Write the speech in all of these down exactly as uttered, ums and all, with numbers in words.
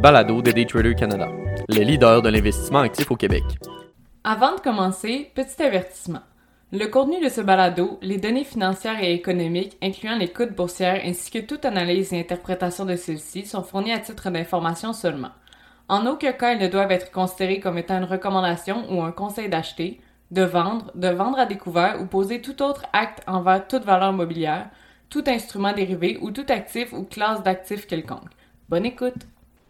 balado de Daytrader Canada, le leader de l'investissement actif au Québec. Avant de commencer, petit avertissement. Le contenu de ce balado, les données financières et économiques, incluant les cotes boursières ainsi que toute analyse et interprétation de celles-ci, sont fournies à titre d'information seulement. En aucun cas, elles ne doivent être considérées comme étant une recommandation ou un conseil d'acheter, de vendre, de vendre à découvert ou poser tout autre acte envers toute valeur mobilière, tout instrument dérivé ou tout actif ou classe d'actifs quelconque. Bonne écoute!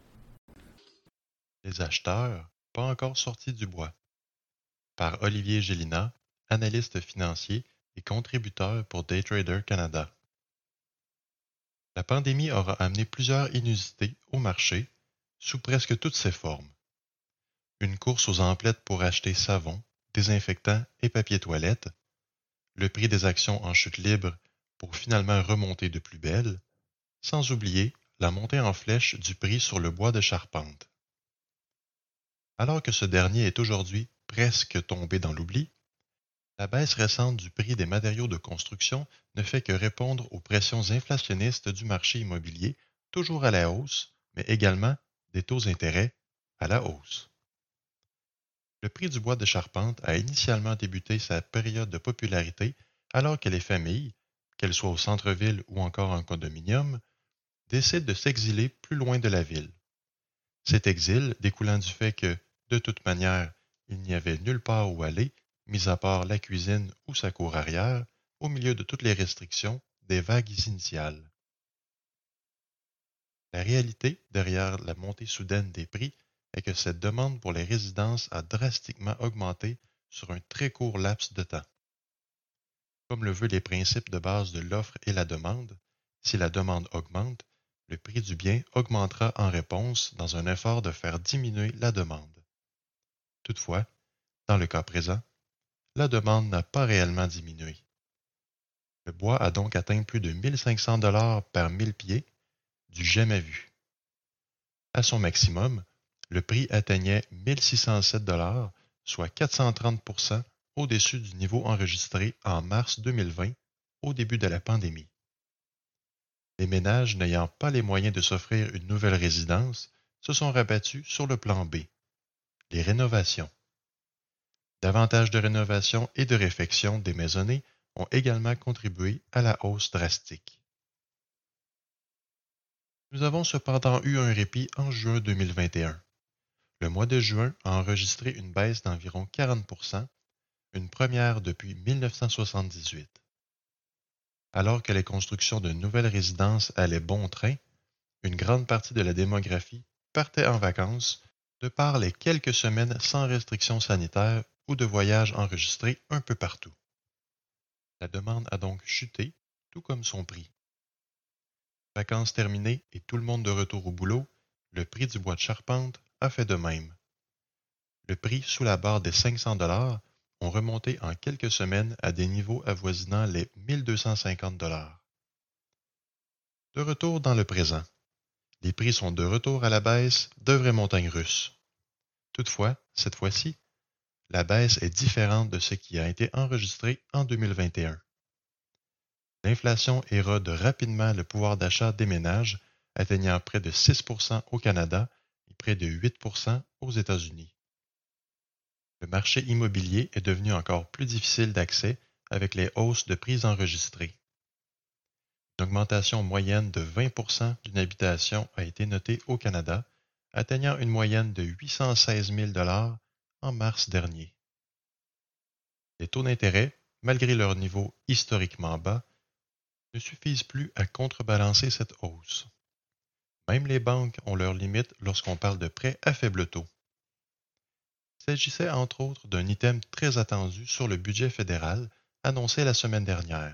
Les acheteurs, pas encore sortis du bois. Par Olivier Gélina, analyste financier et contributeur pour Daytrader Canada. La pandémie aura amené plusieurs inusités au marché, sous presque toutes ses formes. Une course aux emplettes pour acheter savon, désinfectants et papier toilette, le prix des actions en chute libre pour finalement remonter de plus belle, sans oublier la montée en flèche du prix sur le bois de charpente. Alors que ce dernier est aujourd'hui presque tombé dans l'oubli, la baisse récente du prix des matériaux de construction ne fait que répondre aux pressions inflationnistes du marché immobilier, toujours à la hausse, mais également des taux d'intérêt à la hausse. Le prix du bois de charpente a initialement débuté sa période de popularité alors que les familles, qu'elles soient au centre-ville ou encore en condominium, décident de s'exiler plus loin de la ville. Cet exil découlant du fait que, de toute manière, il n'y avait nulle part où aller, mis à part la cuisine ou sa cour arrière, au milieu de toutes les restrictions des vagues initiales. La réalité derrière la montée soudaine des prix est que cette demande pour les résidences a drastiquement augmenté sur un très court laps de temps. Comme le veulent les principes de base de l'offre et la demande, si la demande augmente, le prix du bien augmentera en réponse dans un effort de faire diminuer la demande. Toutefois, dans le cas présent, la demande n'a pas réellement diminué. Le bois a donc atteint plus de mille cinq cents dollars par mille pieds, du jamais vu. À son maximum, le prix atteignait mille six cent sept dollars, soit quatre cent trente pour cent au-dessus du niveau enregistré en mars deux mille vingt, au début de la pandémie. Les ménages n'ayant pas les moyens de s'offrir une nouvelle résidence se sont rabattus sur le plan B, les rénovations. Davantage de rénovations et de réfections démaisonnées ont également contribué à la hausse drastique. Nous avons cependant eu un répit en juin deux mille vingt et un. Le mois de juin a enregistré une baisse d'environ quarante pour cent, une première depuis mille neuf cent soixante-dix-huit. Alors que les constructions de nouvelles résidences allaient bon train, une grande partie de la démographie partait en vacances de par les quelques semaines sans restrictions sanitaires ou de voyages enregistrés un peu partout. La demande a donc chuté, tout comme son prix. Vacances terminées et tout le monde de retour au boulot, le prix du bois de charpente a fait de même. Le prix sous la barre des cinq cents dollars ont remonté en quelques semaines à des niveaux avoisinant les mille deux cent cinquante dollars. De retour dans le présent, les prix sont de retour à la baisse de vraies montagnes russes. Toutefois, cette fois-ci, la baisse est différente de ce qui a été enregistré en deux mille vingt et un. L'inflation érode rapidement le pouvoir d'achat des ménages, atteignant près de six pour cent au Canada et près de huit pour cent aux États-Unis. Le marché immobilier est devenu encore plus difficile d'accès avec les hausses de prix enregistrées. Une augmentation moyenne de vingt pour cent d'une habitation a été notée au Canada, atteignant une moyenne de huit cent seize mille dollars en mars dernier. Les taux d'intérêt, malgré leur niveau historiquement bas, ne suffisent plus à contrebalancer cette hausse. Même les banques ont leurs limites lorsqu'on parle de prêts à faible taux. Il s'agissait entre autres d'un item très attendu sur le budget fédéral annoncé la semaine dernière.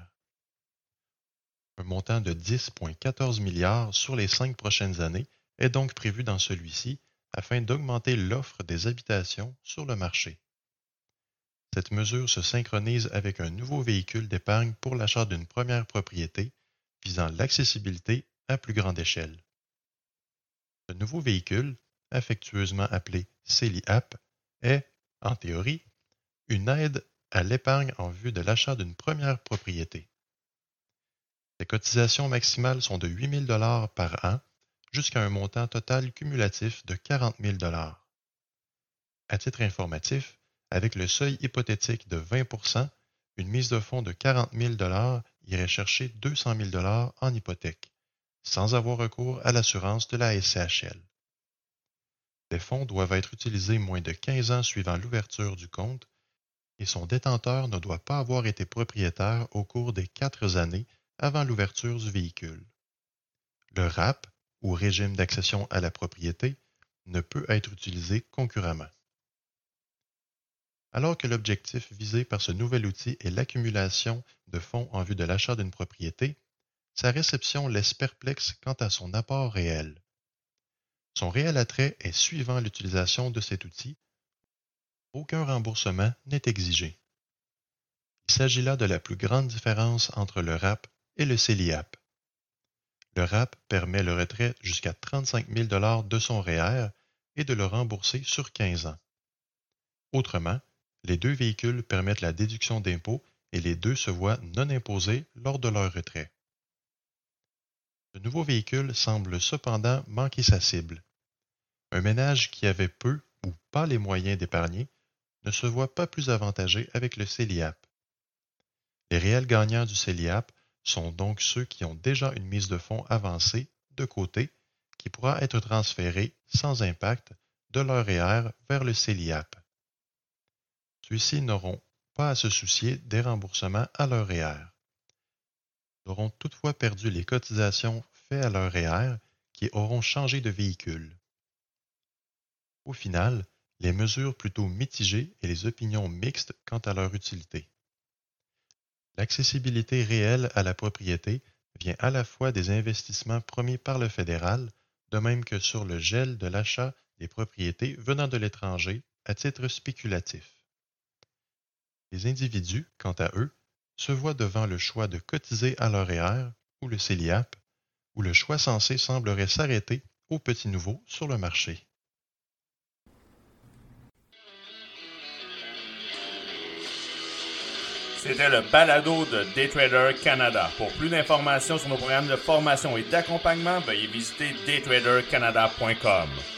Un montant de dix virgule quatorze milliards sur les cinq prochaines années est donc prévu dans celui-ci afin d'augmenter l'offre des habitations sur le marché. Cette mesure se synchronise avec un nouveau véhicule d'épargne pour l'achat d'une première propriété visant l'accessibilité à plus grande échelle. Ce nouveau véhicule, affectueusement appelé CELI-App, est, en théorie, une aide à l'épargne en vue de l'achat d'une première propriété. Les cotisations maximales sont de huit mille dollars par an, jusqu'à un montant total cumulatif de quarante mille dollars. À titre informatif, avec le seuil hypothétique de vingt pour cent, une mise de fonds de quarante mille dollars irait chercher deux cent mille dollars en hypothèque, sans avoir recours à l'assurance de la S C H L. Les fonds doivent être utilisés moins de quinze ans suivant l'ouverture du compte et son détenteur ne doit pas avoir été propriétaire au cours des quatre années avant l'ouverture du véhicule. Le R A P, ou régime d'accession à la propriété, ne peut être utilisé concurremment. Alors que l'objectif visé par ce nouvel outil est l'accumulation de fonds en vue de l'achat d'une propriété, sa réception laisse perplexe quant à son apport réel. Son réel attrait est suivant l'utilisation de cet outil. Aucun remboursement n'est exigé. Il s'agit là de la plus grande différence entre le R A P et le C E L I A P. Le R A P permet le retrait jusqu'à trente-cinq mille dollars de son R E E R et de le rembourser sur quinze ans. Autrement, les deux véhicules permettent la déduction d'impôts et les deux se voient non imposés lors de leur retrait. Ce nouveau véhicule semble cependant manquer sa cible. Un ménage qui avait peu ou pas les moyens d'épargner ne se voit pas plus avantagé avec le C E L I A P. Les réels gagnants du C E L I A P sont donc ceux qui ont déjà une mise de fonds avancée de côté qui pourra être transférée sans impact de leur R E E R vers le C E L I A P. Ceux-ci n'auront pas à se soucier des remboursements à leur R E E R. Ils auront toutefois perdu les cotisations faites à leur R E E R qui auront changé de véhicule. Au final, les mesures plutôt mitigées et les opinions mixtes quant à leur utilité. L'accessibilité réelle à la propriété vient à la fois des investissements promis par le fédéral, de même que sur le gel de l'achat des propriétés venant de l'étranger à titre spéculatif. Les individus, quant à eux, se voient devant le choix de cotiser à leur R E E R ou le C E L I A P, où le choix sensé semblerait s'arrêter aux petits nouveaux sur le marché. C'était le balado de Daytrader Canada. Pour plus d'informations sur nos programmes de formation et d'accompagnement, veuillez visiter daytrader canada point com.